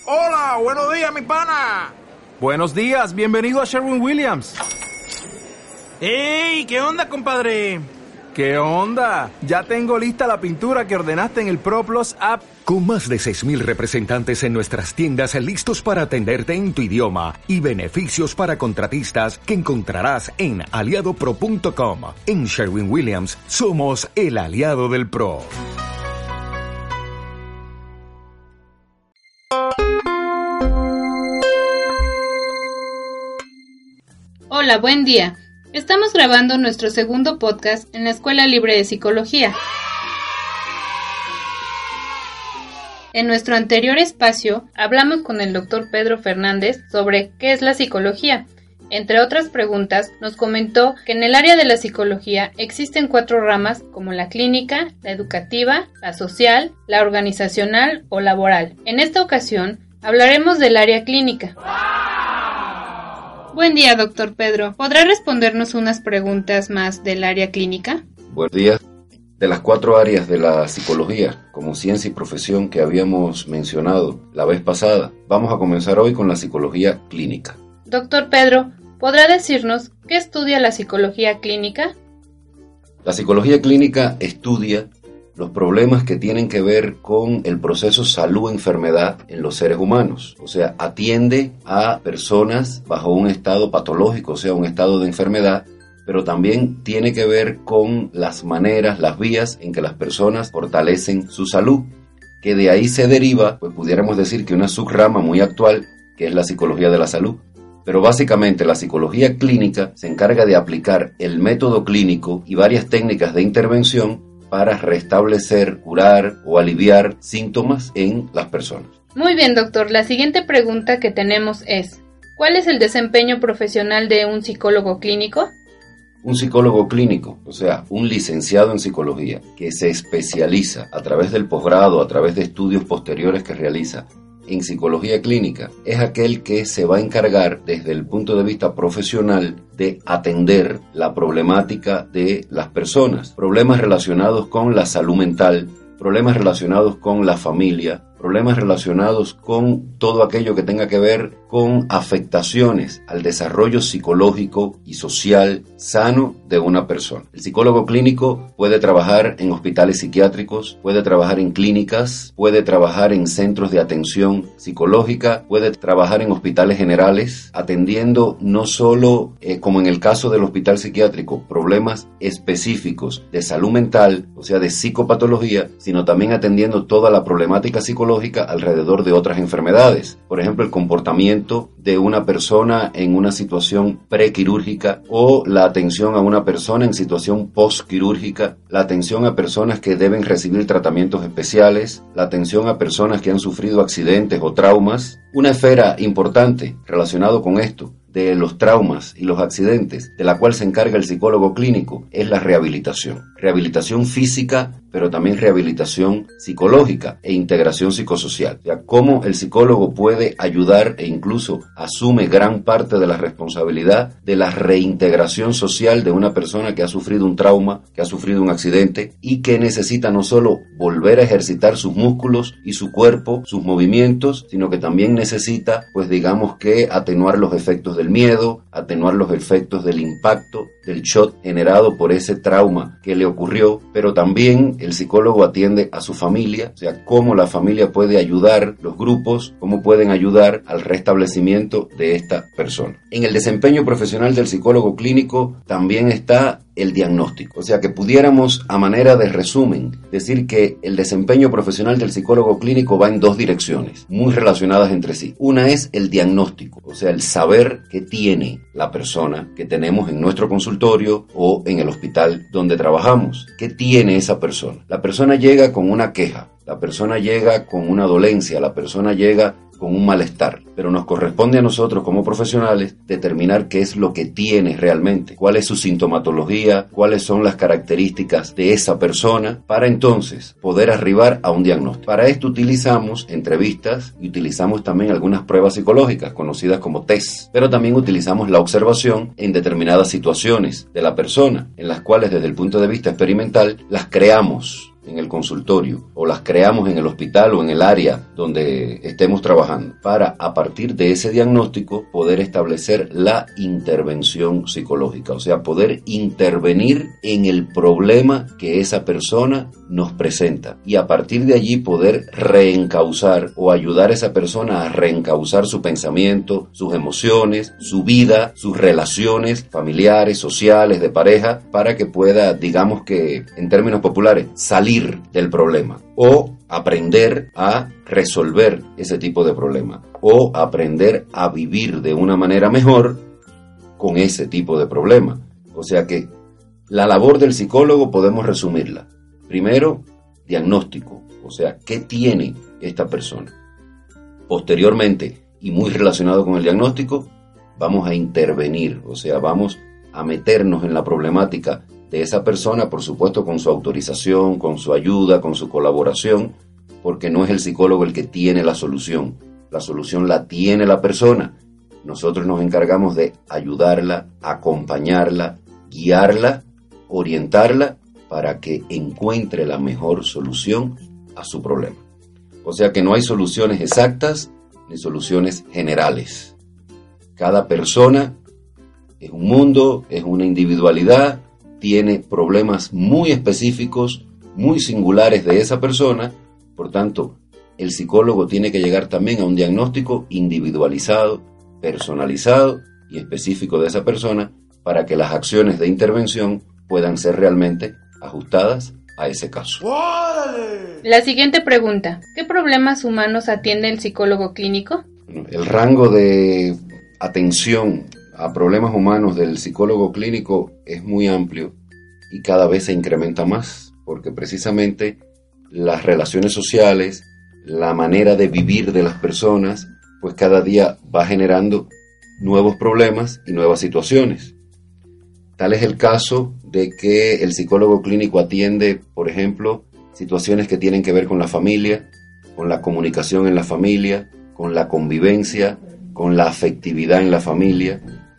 Hola, buenos días, mi pana. Buenos días, bienvenido a Sherwin-Williams. ¡Ey! ¿Qué onda, compadre? ¿Qué onda? Ya tengo lista la pintura que ordenaste en el ProPlus app. Con más de 6,000 representantes en nuestras tiendas listos para atenderte en tu idioma y beneficios para contratistas que encontrarás en aliadopro.com. En Sherwin-Williams somos el aliado del pro. Hola, buen día. Estamos grabando nuestro segundo podcast en la Escuela Libre de Psicología. En nuestro anterior espacio hablamos con el Dr. Pedro Fernández sobre qué es la psicología. Entre otras preguntas, nos comentó que en el área de la psicología existen 4 ramas como la clínica, la educativa, la social, la organizacional o laboral. En esta ocasión hablaremos del área clínica. Buen día, doctor Pedro. ¿Podrá respondernos unas preguntas más del área clínica? Buenos días. De las 4 áreas de la psicología, como ciencia y profesión que habíamos mencionado la vez pasada, vamos a comenzar hoy con la psicología clínica. Doctor Pedro, ¿podrá decirnos qué estudia la psicología clínica? La psicología clínica estudia los problemas que tienen que ver con el proceso salud-enfermedad en los seres humanos. O sea, atiende a personas bajo un estado patológico, o sea, un estado de enfermedad, pero también tiene que ver con las maneras, las vías en que las personas fortalecen su salud, que de ahí se deriva, pues pudiéramos decir que una subrama muy actual, que es la psicología de la salud. Pero básicamente la psicología clínica se encarga de aplicar el método clínico y varias técnicas de intervención para restablecer, curar o aliviar síntomas en las personas. Muy bien, doctor. La siguiente pregunta que tenemos es, ¿cuál es el desempeño profesional de un psicólogo clínico? Un psicólogo clínico, o sea, un licenciado en psicología que se especializa a través del posgrado, a través de estudios posteriores que realiza en psicología clínica, es aquel que se va a encargar desde el punto de vista profesional de atender la problemática de las personas, problemas relacionados con la salud mental, problemas relacionados con la familia, problemas relacionados con todo aquello que tenga que ver con afectaciones al desarrollo psicológico y social sano de una persona. El psicólogo clínico puede trabajar en hospitales psiquiátricos, puede trabajar en clínicas, puede trabajar en centros de atención psicológica, puede trabajar en hospitales generales, atendiendo no solo, como en el caso del hospital psiquiátrico, problemas específicos de salud mental, o sea, de psicopatología, sino también atendiendo toda la problemática psicológica alrededor de otras enfermedades. Por ejemplo, el comportamiento de una persona en una situación prequirúrgica o la atención a una persona en situación postquirúrgica, la atención a personas que deben recibir tratamientos especiales, la atención a personas que han sufrido accidentes o traumas. Una esfera importante relacionada con esto de los traumas y los accidentes, de la cual se encarga el psicólogo clínico, es la rehabilitación. Rehabilitación física, pero también rehabilitación psicológica e integración psicosocial. O sea, cómo el psicólogo puede ayudar e incluso asume gran parte de la responsabilidad de la reintegración social de una persona que ha sufrido un trauma, que ha sufrido un accidente y que necesita no solo volver a ejercitar sus músculos y su cuerpo, sus movimientos, sino que también necesita, pues digamos que atenuar los efectos del miedo, atenuar los efectos del impacto, del shock generado por ese trauma que le ocurrió, pero también el psicólogo atiende a su familia, o sea, cómo la familia puede ayudar, los grupos, cómo pueden ayudar al restablecimiento de esta persona. En el desempeño profesional del psicólogo clínico también está el diagnóstico, o sea que pudiéramos a manera de resumen decir que el desempeño profesional del psicólogo clínico va en 2 direcciones muy relacionadas entre sí. Una es el diagnóstico, o sea el saber qué tiene la persona que tenemos en nuestro consultorio o en el hospital donde trabajamos. ¿Qué tiene esa persona? La persona llega con una queja, la persona llega con una dolencia, la persona llega con un malestar, pero nos corresponde a nosotros como profesionales determinar qué es lo que tiene realmente, cuál es su sintomatología, cuáles son las características de esa persona, para entonces poder arribar a un diagnóstico. Para esto utilizamos entrevistas y utilizamos también algunas pruebas psicológicas conocidas como test, pero también utilizamos la observación en determinadas situaciones de la persona, en las cuales desde el punto de vista experimental las creamos en el consultorio o las creamos en el hospital o en el área donde estemos trabajando, para a partir de ese diagnóstico poder establecer la intervención psicológica, o sea, poder intervenir en el problema que esa persona nos presenta y a partir de allí poder reencauzar o ayudar a esa persona a reencauzar su pensamiento, sus emociones, su vida, sus relaciones familiares, sociales, de pareja, para que pueda, digamos que en términos populares, salir del problema o aprender a resolver ese tipo de problema o aprender a vivir de una manera mejor con ese tipo de problema. O sea que la labor del psicólogo podemos resumirla. Primero, diagnóstico, o sea, ¿qué tiene esta persona? Posteriormente, y muy relacionado con el diagnóstico, vamos a intervenir, o sea, vamos a meternos en la problemática de esa persona, por supuesto con su autorización, con su ayuda, con su colaboración, porque no es el psicólogo el que tiene la solución la tiene la persona. Nosotros nos encargamos de ayudarla, acompañarla, guiarla, orientarla para que encuentre la mejor solución a su problema. O sea que no hay soluciones exactas ni soluciones generales. Cada persona es un mundo, es una individualidad, tiene problemas muy específicos, muy singulares de esa persona, por tanto, el psicólogo tiene que llegar también a un diagnóstico individualizado, personalizado y específico de esa persona para que las acciones de intervención puedan ser realmente ajustadas a ese caso. La siguiente pregunta: ¿qué problemas humanos atiende el psicólogo clínico? El rango de atención a problemas humanos del psicólogo clínico es muy amplio y cada vez se incrementa más, porque precisamente las relaciones sociales, la manera de vivir de las personas, pues cada día va generando nuevos problemas y nuevas situaciones. Tal es el caso de que el psicólogo clínico atiende, por ejemplo, situaciones que tienen que ver con la familia, con la comunicación en la familia, con la convivencia, con la afectividad en la familia.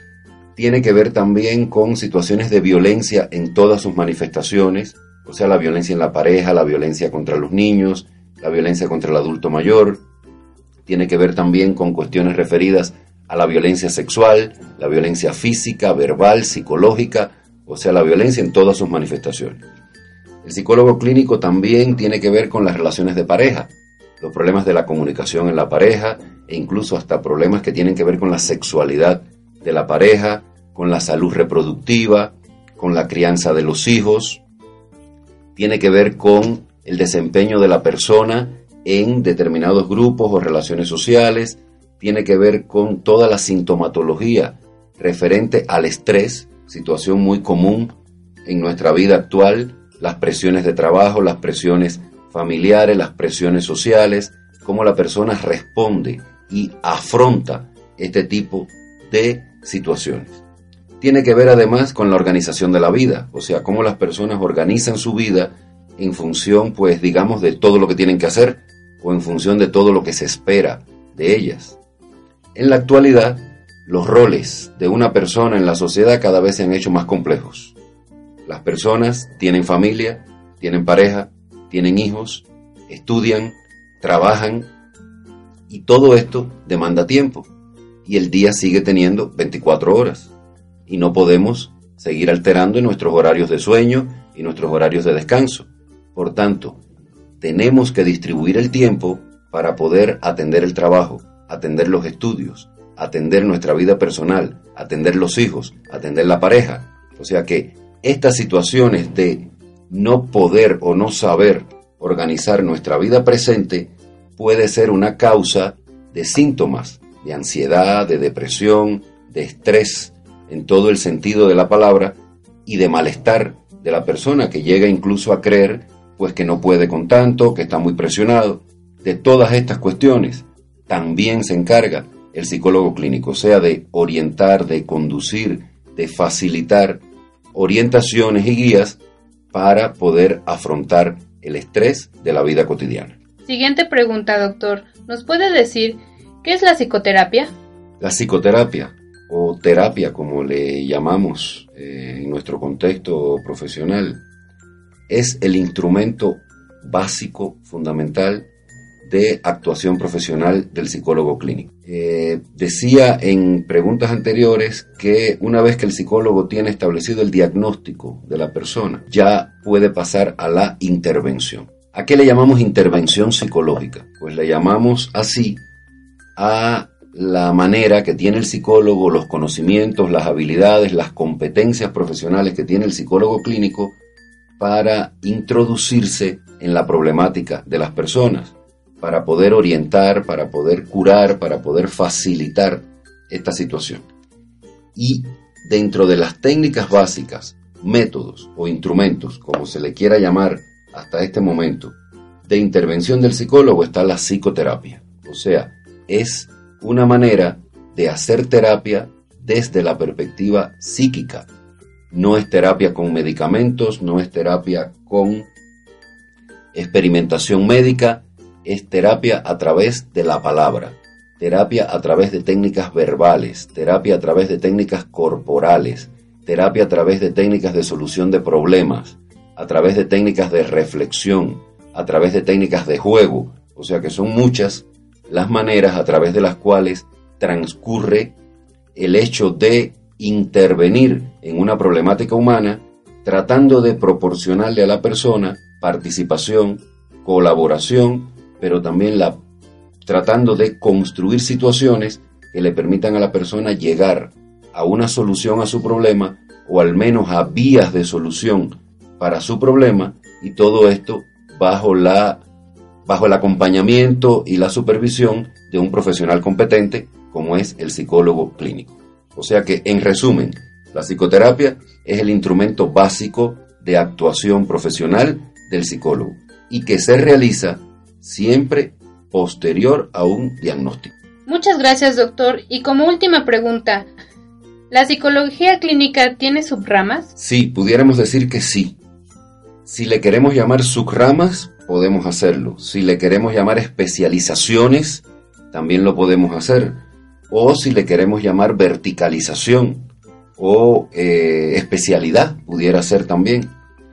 Tiene que ver también con situaciones de violencia en todas sus manifestaciones, o sea, la violencia en la pareja, la violencia contra los niños, la violencia contra el adulto mayor. Tiene que ver también con cuestiones referidas a la violencia sexual, la violencia física, verbal, psicológica, o sea, la violencia en todas sus manifestaciones. El psicólogo clínico también tiene que ver con las relaciones de pareja, los problemas de la comunicación en la pareja e incluso hasta problemas que tienen que ver con la sexualidad de la pareja, con la salud reproductiva, con la crianza de los hijos. Tiene que ver con el desempeño de la persona en determinados grupos o relaciones sociales. Tiene que ver con toda la sintomatología referente al estrés, situación muy común en nuestra vida actual, las presiones de trabajo, las presiones familiares, las presiones sociales, cómo la persona responde y afronta este tipo de situaciones. Tiene que ver además con la organización de la vida, o sea, cómo las personas organizan su vida en función, pues, digamos, de todo lo que tienen que hacer o en función de todo lo que se espera de ellas. En la actualidad, los roles de una persona en la sociedad cada vez se han hecho más complejos. Las personas tienen familia, tienen pareja, tienen hijos, estudian, trabajan y todo esto demanda tiempo. Y el día sigue teniendo 24 horas y no podemos seguir alterando nuestros horarios de sueño y nuestros horarios de descanso. Por tanto, tenemos que distribuir el tiempo para poder atender el trabajo, atender los estudios, atender nuestra vida personal, atender los hijos, atender la pareja. O sea que estas situaciones de no poder o no saber organizar nuestra vida presente puede ser una causa de síntomas de ansiedad, de depresión, de estrés, en todo el sentido de la palabra, y de malestar de la persona que llega incluso a creer pues que no puede con tanto, que está muy presionado. De todas estas cuestiones también se encarga el psicólogo clínico, o sea, de orientar, de conducir, de facilitar orientaciones y guías para poder afrontar el estrés de la vida cotidiana. Siguiente pregunta, doctor. ¿Nos puede decir qué es la psicoterapia? La psicoterapia, o terapia como le llamamos en nuestro contexto profesional, es el instrumento básico, fundamental, de actuación profesional del psicólogo clínico. Decía en preguntas anteriores que una vez que el psicólogo tiene establecido el diagnóstico de la persona, ya puede pasar a la intervención. ¿A qué le llamamos intervención psicológica? Pues le llamamos así a la manera que tiene el psicólogo, los conocimientos, las habilidades, las competencias profesionales que tiene el psicólogo clínico para introducirse en la problemática de las personas, para poder orientar, para poder curar, para poder facilitar esta situación. Y dentro de las técnicas básicas, métodos o instrumentos, como se le quiera llamar hasta este momento, de intervención del psicólogo está la psicoterapia. O sea, es una manera de hacer terapia desde la perspectiva psíquica. No es terapia con medicamentos, no es terapia con experimentación médica, es terapia a través de la palabra, terapia a través de técnicas verbales, terapia a través de técnicas corporales, terapia a través de técnicas de solución de problemas, a través de técnicas de reflexión, a través de técnicas de juego. O sea que son muchas las maneras a través de las cuales transcurre el hecho de intervenir en una problemática humana, tratando de proporcionarle a la persona participación, colaboración, pero también tratando de construir situaciones que le permitan a la persona llegar a una solución a su problema, o al menos a vías de solución para su problema, y todo esto bajo el acompañamiento y la supervisión de un profesional competente como es el psicólogo clínico. O sea que, en resumen, la psicoterapia es el instrumento básico de actuación profesional del psicólogo y que se realiza siempre posterior a un diagnóstico. Muchas gracias, doctor. Y como última pregunta, ¿la psicología clínica tiene subramas? Sí, pudiéramos decir que sí. Si le queremos llamar subramas, podemos hacerlo. Si le queremos llamar especializaciones, también lo podemos hacer. O si le queremos llamar verticalización o especialidad, pudiera ser también.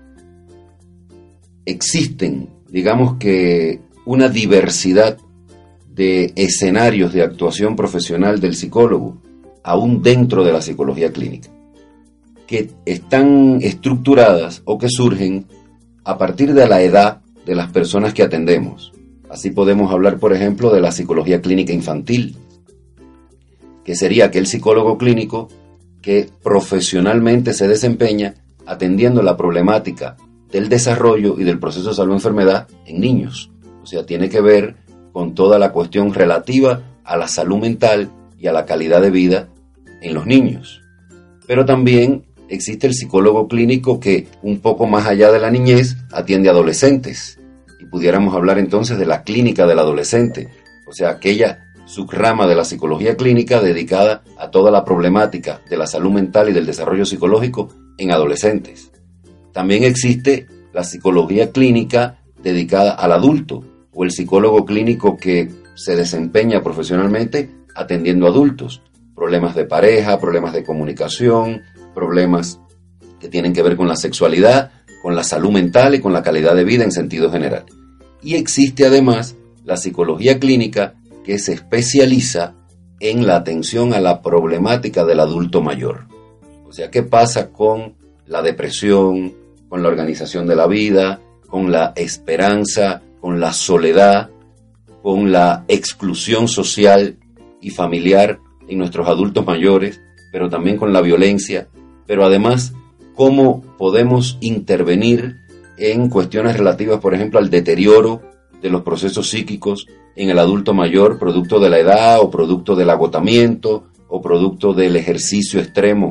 Existen, digamos que, una diversidad de escenarios de actuación profesional del psicólogo, aún dentro de la psicología clínica, que están estructuradas o que surgen a partir de la edad de las personas que atendemos. Así podemos hablar, por ejemplo, de la psicología clínica infantil, que sería aquel psicólogo clínico que profesionalmente se desempeña atendiendo la problemática del desarrollo y del proceso de salud o enfermedad en niños. O sea, tiene que ver con toda la cuestión relativa a la salud mental y a la calidad de vida en los niños. Pero también existe el psicólogo clínico que, un poco más allá de la niñez, atiende a adolescentes. Y pudiéramos hablar entonces de la clínica del adolescente, o sea, aquella subrama de la psicología clínica dedicada a toda la problemática de la salud mental y del desarrollo psicológico en adolescentes. También existe la psicología clínica dedicada al adulto, o el psicólogo clínico que se desempeña profesionalmente atendiendo a adultos. Problemas de pareja, problemas de comunicación, problemas que tienen que ver con la sexualidad, con la salud mental y con la calidad de vida en sentido general. Y existe además la psicología clínica que se especializa en la atención a la problemática del adulto mayor. O sea, ¿qué pasa con la depresión, con la organización de la vida, con la esperanza, con la soledad, con la exclusión social y familiar en nuestros adultos mayores, pero también con la violencia, pero además cómo podemos intervenir en cuestiones relativas, por ejemplo, al deterioro de los procesos psíquicos en el adulto mayor, producto de la edad o producto del agotamiento o producto del ejercicio extremo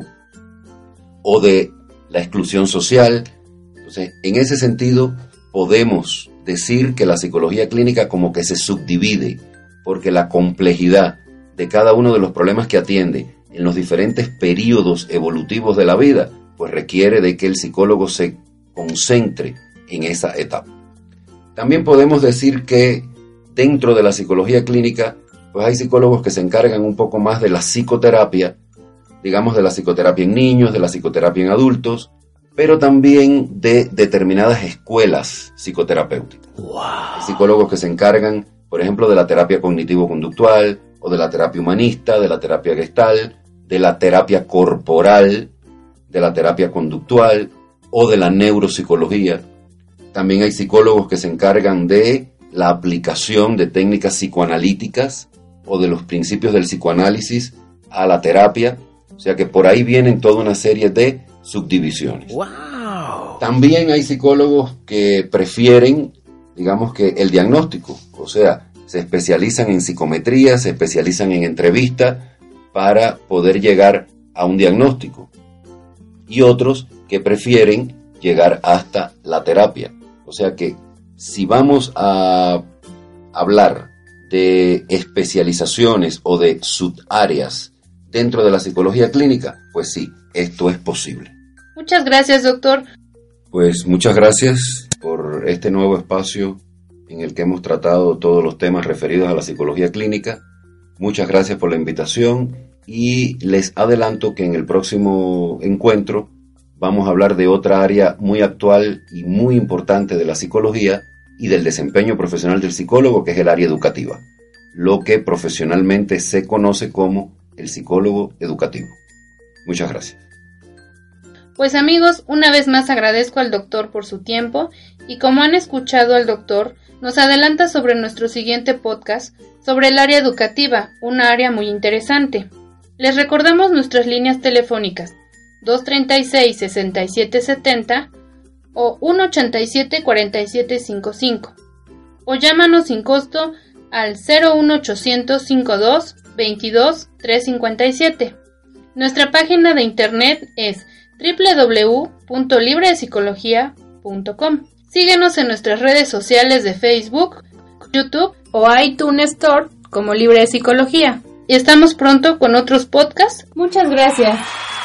o de la exclusión social. Entonces, en ese sentido, podemos decir que la psicología clínica como que se subdivide, porque la complejidad de cada uno de los problemas que atiende en los diferentes periodos evolutivos de la vida, pues requiere de que el psicólogo se concentre en esa etapa. También podemos decir que dentro de la psicología clínica, pues hay psicólogos que se encargan un poco más de la psicoterapia, digamos de la psicoterapia en niños, de la psicoterapia en adultos, pero también de determinadas escuelas psicoterapéuticas. Hay psicólogos que se encargan, por ejemplo, de la terapia cognitivo-conductual, o de la terapia humanista, de la terapia Gestalt, de la terapia corporal, de la terapia conductual, o de la neuropsicología. También hay psicólogos que se encargan de la aplicación de técnicas psicoanalíticas o de los principios del psicoanálisis a la terapia. O sea que por ahí vienen toda una serie de subdivisiones. ¡Wow! También hay psicólogos que prefieren, digamos que el diagnóstico, o sea, se especializan en psicometría, se especializan en entrevista para poder llegar a un diagnóstico. Y otros que prefieren llegar hasta la terapia. O sea que si vamos a hablar de especializaciones o de subáreas dentro de la psicología clínica, pues sí, esto es posible. Muchas gracias, doctor. Pues muchas gracias por este nuevo espacio en el que hemos tratado todos los temas referidos a la psicología clínica. Muchas gracias por la invitación y les adelanto que en el próximo encuentro vamos a hablar de otra área muy actual y muy importante de la psicología y del desempeño profesional del psicólogo, que es el área educativa, lo que profesionalmente se conoce como el psicólogo educativo. Muchas gracias. Pues amigos, una vez más agradezco al doctor por su tiempo y como han escuchado al doctor, nos adelanta sobre nuestro siguiente podcast sobre el área educativa, una área muy interesante. Les recordamos nuestras líneas telefónicas 236-6770 o 187-4755 o llámanos sin costo al 01800 52 22 357. Nuestra página de internet es www.libredepsicología.com. Síguenos en nuestras redes sociales de Facebook, YouTube o iTunes Store como Libre de Psicología. Y estamos pronto con otros podcasts. Muchas gracias.